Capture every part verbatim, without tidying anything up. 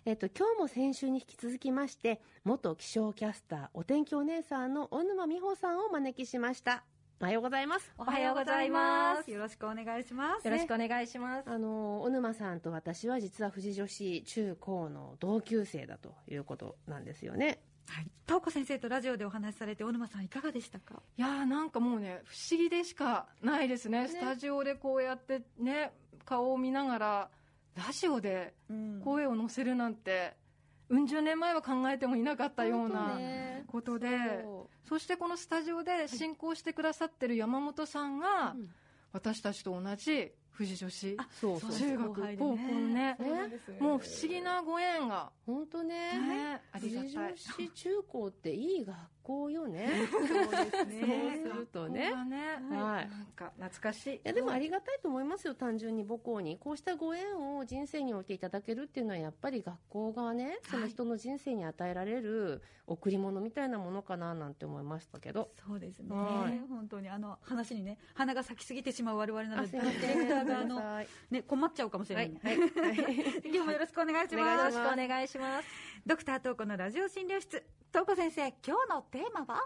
えっと、今日も先週に引き続きまして、元気象キャスター、お天気お姉さんの小沼美穂さんをお招きしました。おはようございます。 おはようございます。よろしくお願いします。 よろしくお願いします。 あの、小沼さんと私は実は富士女子中高の同級生だということなんですよね。 はい。東子先生とラジオでお話しされて、小沼さんいかがでしたか？ いやー、なんかもうね、不思議でしかないですね。ね、スタジオでこうやってね、顔を見ながら、ラジオで声を乗せるなんて、うん、うん十年前は考えてもいなかったようなことで、ね、そ, そしてこのスタジオで進行してくださってる山本さんが、はい、私たちと同じ富士女子中学高校のね、もう不思議なご縁が本当 ね, ねありがたい。 富士女子中高っていい学校よね。そうですね。そうするとね、 ね、はい、なんか懐かしい。いやでもありがたいと思いますよ。単純に母校にこうしたご縁を人生においていただけるっていうのはやっぱり学校がね、その人の人生に与えられる贈り物みたいなものかななんて思いましたけど。 そうですね、はい、本当にあの話にね、花が咲きすぎてしまう我々なので、ディレクターがあのね、困っちゃうかもしれない、はいはい、今日もよろしくお願いします。 よろしくお願いします。 ドクター東子のラジオ診療室。東子先生、今日のテーマは、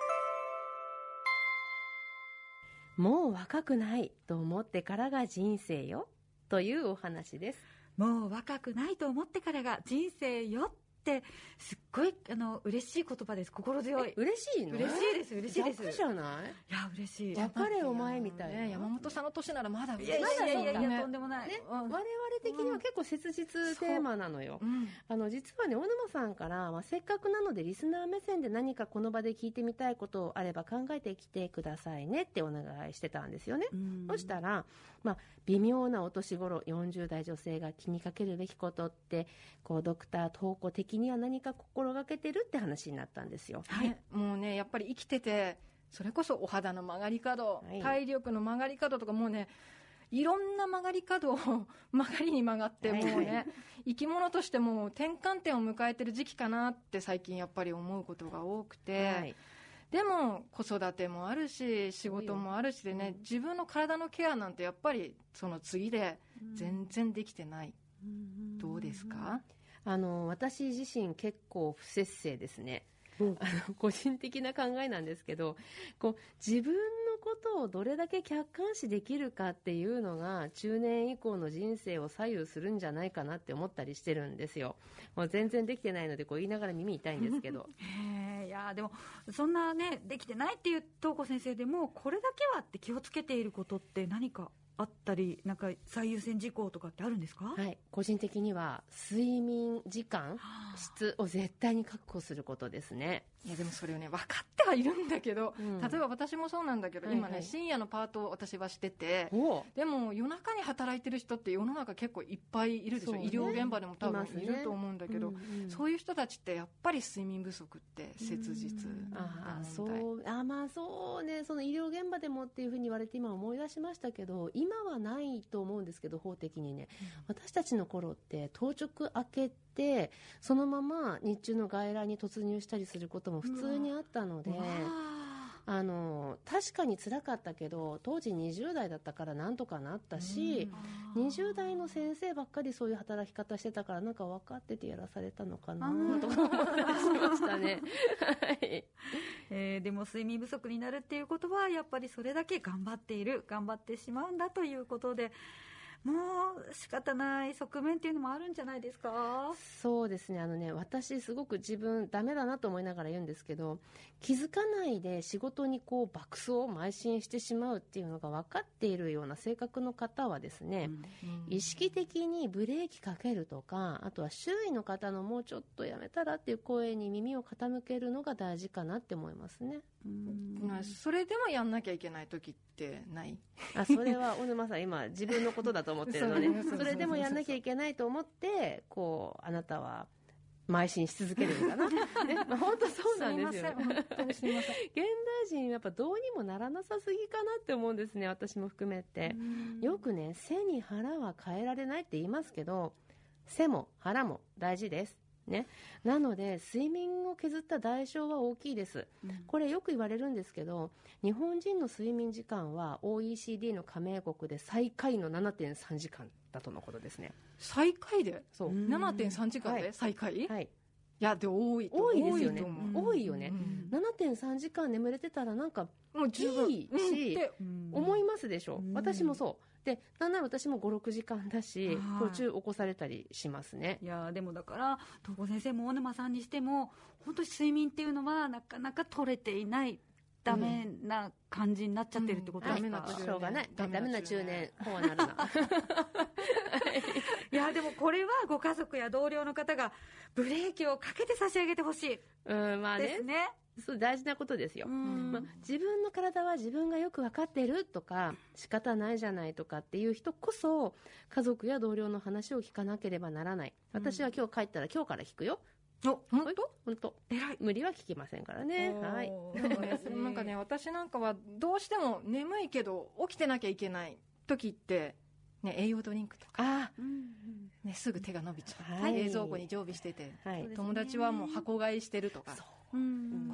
もう若くないと思ってからが人生よというお話です。 もう若くないと思ってからが人生よってすっごいあの嬉しい言葉です。心強い。 嬉しいの？ 嬉しいです嬉しいです。 逆じゃない？ いや嬉しい。 分かれお前みたいな、 ね、山本さんの年ならまだいやいやいやいやとんでもない、 ね、我々的には結構切実テーマなのよ、うん、あの実はね、小沼さんから、まあ、せっかくなのでリスナー目線で何かこの場で聞いてみたいことあれば考えてきてくださいねってお願いしてたんですよね、うん、そしたら、まあ、微妙なお年頃よんじゅう代女性が気にかけるべきことってこうドクター東子的には何か心がけてるって話になったんですよ。 はい、もうねやっぱり生きててそれこそお肌の曲がり角、はい、体力の曲がり角とかもうねいろんな曲がり角を曲がりに曲がってもうね、はい、生き物としても転換点を迎えてる時期かなって最近やっぱり思うことが多くて、はい、でも子育てもあるし仕事もあるしでね、自分の体のケアなんてやっぱりその次で全然できてない、うん、どうですか？ あの私自身結構不摂生ですね。うん、あの個人的な考えなんですけど、こう自分のことをどれだけ客観視できるかっていうのが中年以降の人生を左右するんじゃないかなって思ったりしてるんですよ。もう全然できてないのでこう言いながら耳痛いんですけどへいやでもそんなねできてないっていう東子先生でもこれだけはって気をつけていることって何かあったり、なんか最優先事項とかってあるんですか？ はい、個人的には睡眠時間、質を絶対に確保することですね。 いやでもそれをね分かってはいるんだけど、うん、例えば私もそうなんだけど、はいはい、今ね深夜のパートを私はしてて、でも夜中に働いてる人って世の中結構いっぱいいるでしょ、ね、医療現場でも多分いると思うんだけど、ねうんうん、そういう人たちってやっぱり睡眠不足って切実な問題。 あそうあまあそうね、その医療現場でもっていうふうに言われて今思い出しましたけど、今はないと思うんですけど法的にね、うん、私たちの頃って当直明けてそのまま日中の外来に突入したりすることも普通にあったので、あの確かに辛かったけど当時にじゅう代だったからなんとかなったし、にじゅう代の先生ばっかりそういう働き方してたからなんか分かっててやらされたのかなとか思ったりしましたねはいえー、でも睡眠不足になるっていうことはやっぱりそれだけ頑張っている頑張ってしまうんだということで、もう仕方ない側面っていうのもあるんじゃないですか？ そうですね、あのね私すごく自分ダメだなと思いながら言うんですけど、気づかないで仕事にこう爆走邁進してしまうっていうのが分かっているような性格の方はですね、うん、意識的にブレーキかけるとか、あとは周囲の方のもうちょっとやめたらっていう声に耳を傾けるのが大事かなって思いますね。 うん、それでもやんなきゃいけない時ってない？ あそれは小沼さん今自分のことだと思ってるのでそれでもやんなきゃいけないと思ってこうあなたは邁進し続けるのかな、ねまあ、本当そうなんですよね。本当にすみません現代人やっぱどうにもならなさすぎかなって思うんですね、私も含めて。よくね背に腹は変えられないって言いますけど、背も腹も大事です。 ね、なので睡眠を削った代償は大きいです、うん、これよく言われるんですけど、日本人の睡眠時間は オーイーシーディー の加盟国で最下位の ななてんさんじかんだとのことですね。 最下位で？ そうななてんさんじかんで、はい、最下位、 はい、 いやで多いと多いですよね。多いよね、 うん、 ななてんさんじかん眠れてたらなんかもう十分いいし、うん、思いますでしょ、うん、私もそうで、なんなら私もご、ろくじかんだし、途中起こされたりしますね。 いやでもだから東子先生も大沼さんにしても本当に睡眠っていうのはなかなか取れていない、ダメな感じになっちゃってるってことですか？ うん、はい、しょうがない、ダメな中年こうなるな。 いやでもこれはご家族や同僚の方がブレーキをかけて差し上げてほしい、 うん、まあね、 ですね。 そう大事なことですよ、まあ、自分の体は自分がよく分かってるとか仕方ないじゃないとかっていう人こそ家族や同僚の話を聞かなければならない。私は今日帰ったら今日から聞くよ。 お、本当？ 本当。偉い。無理は聞きませんからね。はい。 なんかね、私なんかはどうしても眠いけど起きてなきゃいけない時ってね、栄養ドリンクとか、 あ、 ね、すぐ手が伸びちゃう、 はい、 冷蔵庫に常備してて、 はい、 友達はもう箱買いしてるとか、 うん、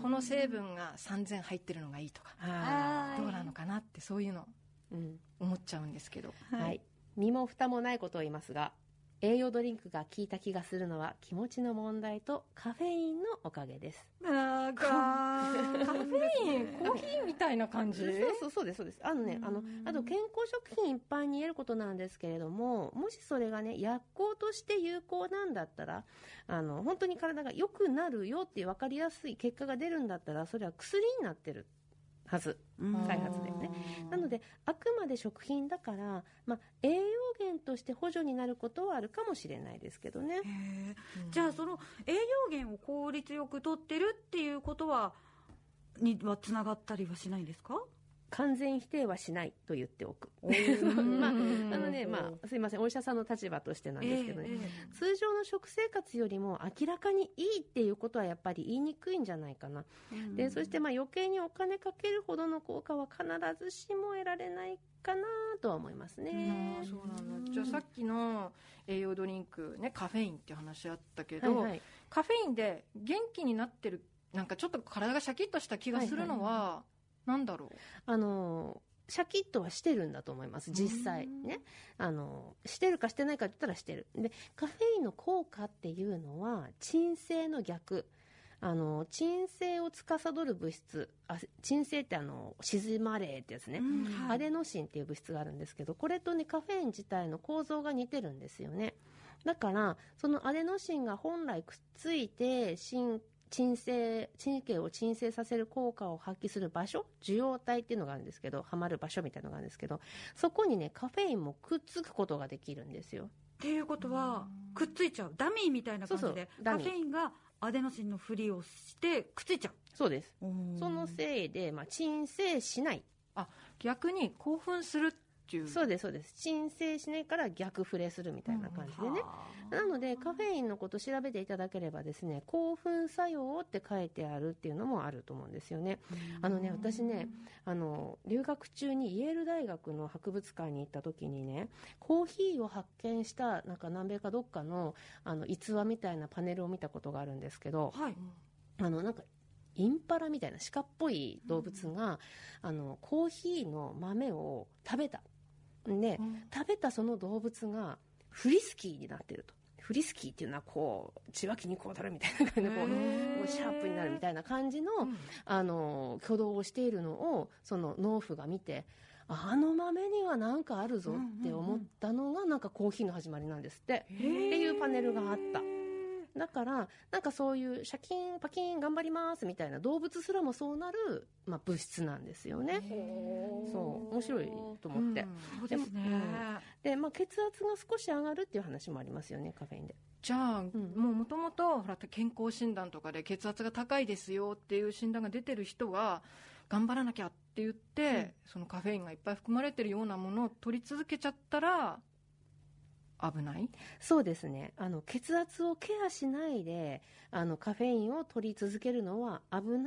この成分がさんぜん入ってるのがいいとか、どうなのかなってそういうの思っちゃうんですけど、 はいはい、身も蓋もないことを言いますが、栄養ドリンクが効いた気がするのは気持ちの問題とカフェインのおかげです。 なんかカフェインコーヒーみたいな感じ。 そうそうそうですそうです。あのね、あのあと健康食品一般に言えることなんですけれども、もしそれがね薬効として有効なんだったら、あの本当に体が良くなるよっていう分かりやすい結果が出るんだったら、それは薬になってるはず、開発でね。なのであくまで食品だから、まあ、栄養源として補助になることはあるかもしれないですけどね。 へ、うん、じゃあその栄養源を効率よく取ってるっていうことはにはつながったりはしないんですか？ 完全否定はしないと言っておく。まあ、あのね、まあ、すいません、お医者さんの立場としてなんですけどね、えーえー、通常の食生活よりも明らかにいいっていうことはやっぱり言いにくいんじゃないかな。で、そしてまあ余計にお金かけるほどの効果は必ずしも得られないかなとは思いますね。 うん、そうなんだ。じゃあさっきの栄養ドリンクね、カフェインって話あったけど、はいはい、カフェインで元気になってる、なんかちょっと体がシャキッとした気がするのは、はいはい、なんだろう、 あのシャキッとはしてるんだと思います、実際ね。あのしてるかしてないかって言ったらしてる。でカフェインの効果っていうのは鎮静の逆、あの鎮静を司る物質、あ鎮静ってあの静まれってやつね、うんはい、アデノシンっていう物質があるんですけど、これとねカフェイン自体の構造が似てるんですよね。だからそのアデノシンが本来くっついて神鎮静神経を鎮静させる効果を発揮する場所、受容体っていうのがあるんですけど、はまる場所みたいなのがあるんですけど、そこにねカフェインもくっつくことができるんですよ。 っていうことはくっついちゃう、ダミーみたいな感じで、そうそうカフェインがアデノシンのふりをしてくっついちゃう。 そうです。そのせいで、まあ、鎮静しない。 あ、逆に興奮するっていう。 そうですそうです。鎮静しないから逆フレするみたいな感じでね、うん、なのでカフェインのこと調べていただければですね、興奮作用って書いてあるっていうのもあると思うんですよね。あのね、私ね、あの留学中にイェール大学の博物館に行った時にね、コーヒーを発見したなんか南米かどっかのあの逸話みたいなパネルを見たことがあるんですけど、はい、あのなんかインパラみたいな鹿っぽい動物が、うん、あのコーヒーの豆を食べた。で、うん、食べたその動物がフリスキーになってると。フリスキーっていうのはこう血湧きにこうなるみたいな感じでこう、もうシャープになるみたいな感じの、うん、あの挙動をしているのをその農夫が見て、あの豆には何かあるぞって思ったのがなんかコーヒーの始まりなんですって、っていうパネルがあった。だからなんかそういうシャキンパキン頑張りますみたいな動物すらもそうなる、まあ、物質なんですよね。そう面白いと思って、 うん、そうですね。 で、うんでまあ、血圧が少し上がるっていう話もありますよね、カフェインで。 じゃあ、うん、もうもともと健康診断とかで血圧が高いですよっていう診断が出てる人が頑張らなきゃって言って、うん、そのカフェインがいっぱい含まれてるようなものを取り続けちゃったら危ない？ そうですね。あの血圧をケアしないであのカフェインを取り続けるのは危ない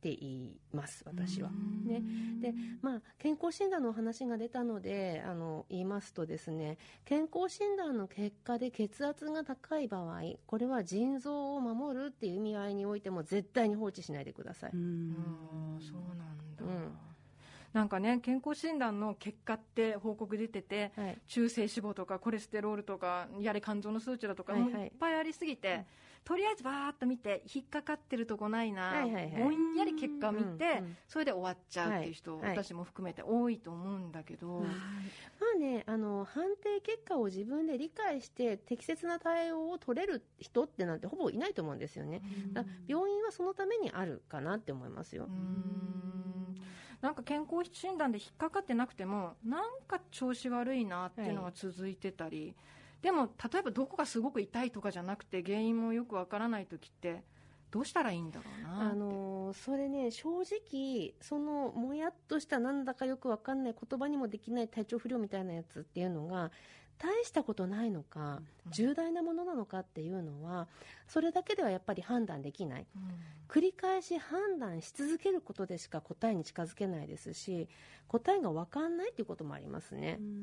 って言います私は、ね。で、まあ、健康診断のお話が出たのであの言いますとですね、健康診断の結果で血圧が高い場合、これは腎臓を守るっていう意味合いにおいても絶対に放置しないでください。 うん、そうなんだ、うん、なんかね、健康診断の結果って報告出てて、はい、中性脂肪とかコレステロールとかやれ肝臓の数値だとか、はいはい、もういっぱいありすぎて、うん、とりあえずバーッと見て引っかかってるとこないな、はいはいはい、ぼんやり結果を見て、うんうん、それで終わっちゃうっていう人、はいはい、私も含めて多いと思うんだけど、はい、 まあね、あの判定結果を自分で理解して適切な対応を取れる人ってなんてほぼいないと思うんですよね。だから病院はそのためにあるかなって思いますよ。 うーん、なんか健康診断で引っかかってなくてもなんか調子悪いなっていうのが続いてたり、はい、でも例えばどこがすごく痛いとかじゃなくて原因もよくわからないときってどうしたらいいんだろうなって。 あのー、それね、正直そのもやっとしたなんだかよくわかんない言葉にもできない体調不良みたいなやつっていうのが大したことないのか、うん、重大なものなのかっていうのはそれだけではやっぱり判断できない、うん、繰り返し判断し続けることでしか答えに近づけないですし、答えが分かんないっていうこともありますね、うん、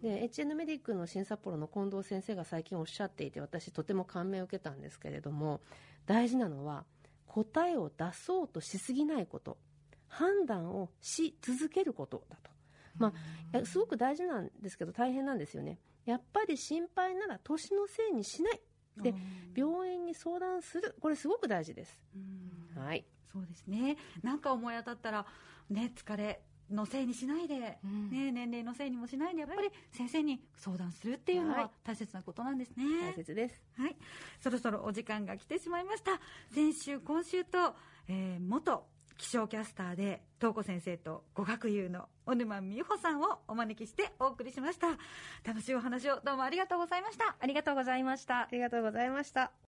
で エイチエヌ メディックの新札幌の近藤先生が最近おっしゃっていて、私とても感銘を受けたんですけれども、大事なのは答えを出そうとしすぎないこと、判断をし続けることだと、まあ、すごく大事なんですけど大変なんですよね。やっぱり心配なら年のせいにしないで病院に相談する、これすごく大事です。うん、はい、 そうですね。なんか思い当たったら、ね、疲れのせいにしないで、うんね、年齢のせいにもしないでやっぱり先生に相談するっていうのは大切なことなんですね。 大切です、 はい、そろそろお時間が来てしまいました。先週今週と、えー、元気象キャスターで東子先生と語学友の小沼美穂さんをお招きしてお送りしました。楽しいお話をどうもありがとうございました。 ありがとうございました。 ありがとうございました。